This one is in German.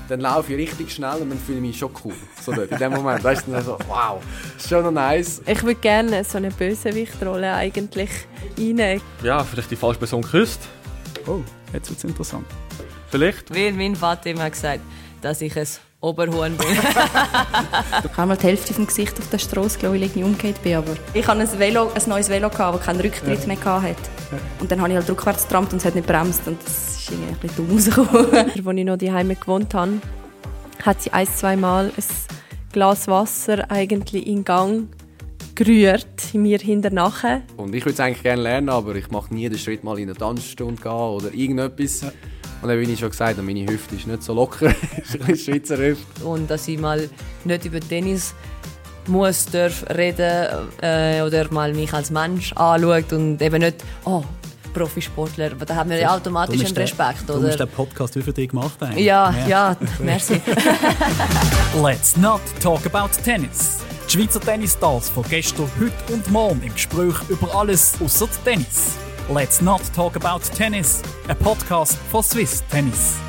dann laufe ich richtig schnell und dann fühle ich mich schon cool. So dort, in dem Moment, weißt du, dann so, wow, ist schon noch nice. Ich würde gerne so eine Bösewichtrolle eigentlich reinnehmen. Ja, vielleicht die falsche Person geküsst. Oh, jetzt wird es interessant. Vielleicht. Weil mein Vater immer gesagt, dass ich ein Oberhuhn bin. Ich habe mal die Hälfte vom Gesicht auf der Straße, glaube ich, umgekehrt bin. Aber ich hatte ein neues Velo, das keinen Rücktritt mehr hatte. Und dann habe ich halt rückwärts getrampt und es hat nicht bremst. Und das ist irgendwie ein bisschen dumm rausgekommen. Als ich noch daheim gewohnt habe, hat sie 1-2 Mal ein Glas Wasser eigentlich in Gang gerührt, mir hinterher. Und ich würde es eigentlich gerne lernen, aber ich mache nie den Schritt, mal in eine Tanzstunde gehen oder irgendetwas. Und dann, wie ich schon gesagt habe, meine Hüfte ist nicht so locker, ist ein bisschen Schweizer Hüfte. Und dass ich mal nicht über Tennis darf reden oder mal mich als Mensch anschaut und eben nicht, Profisportler, aber da haben wir ja automatisch einen Respekt, oder? Du hast den Podcast für dich gemacht eigentlich. Ja, merci. Let's not talk about tennis. Die Schweizer Tennisstars von gestern, heute und morgen im Gespräch über alles außer Tennis. Let's not talk about tennis. Ein Podcast von Swiss Tennis.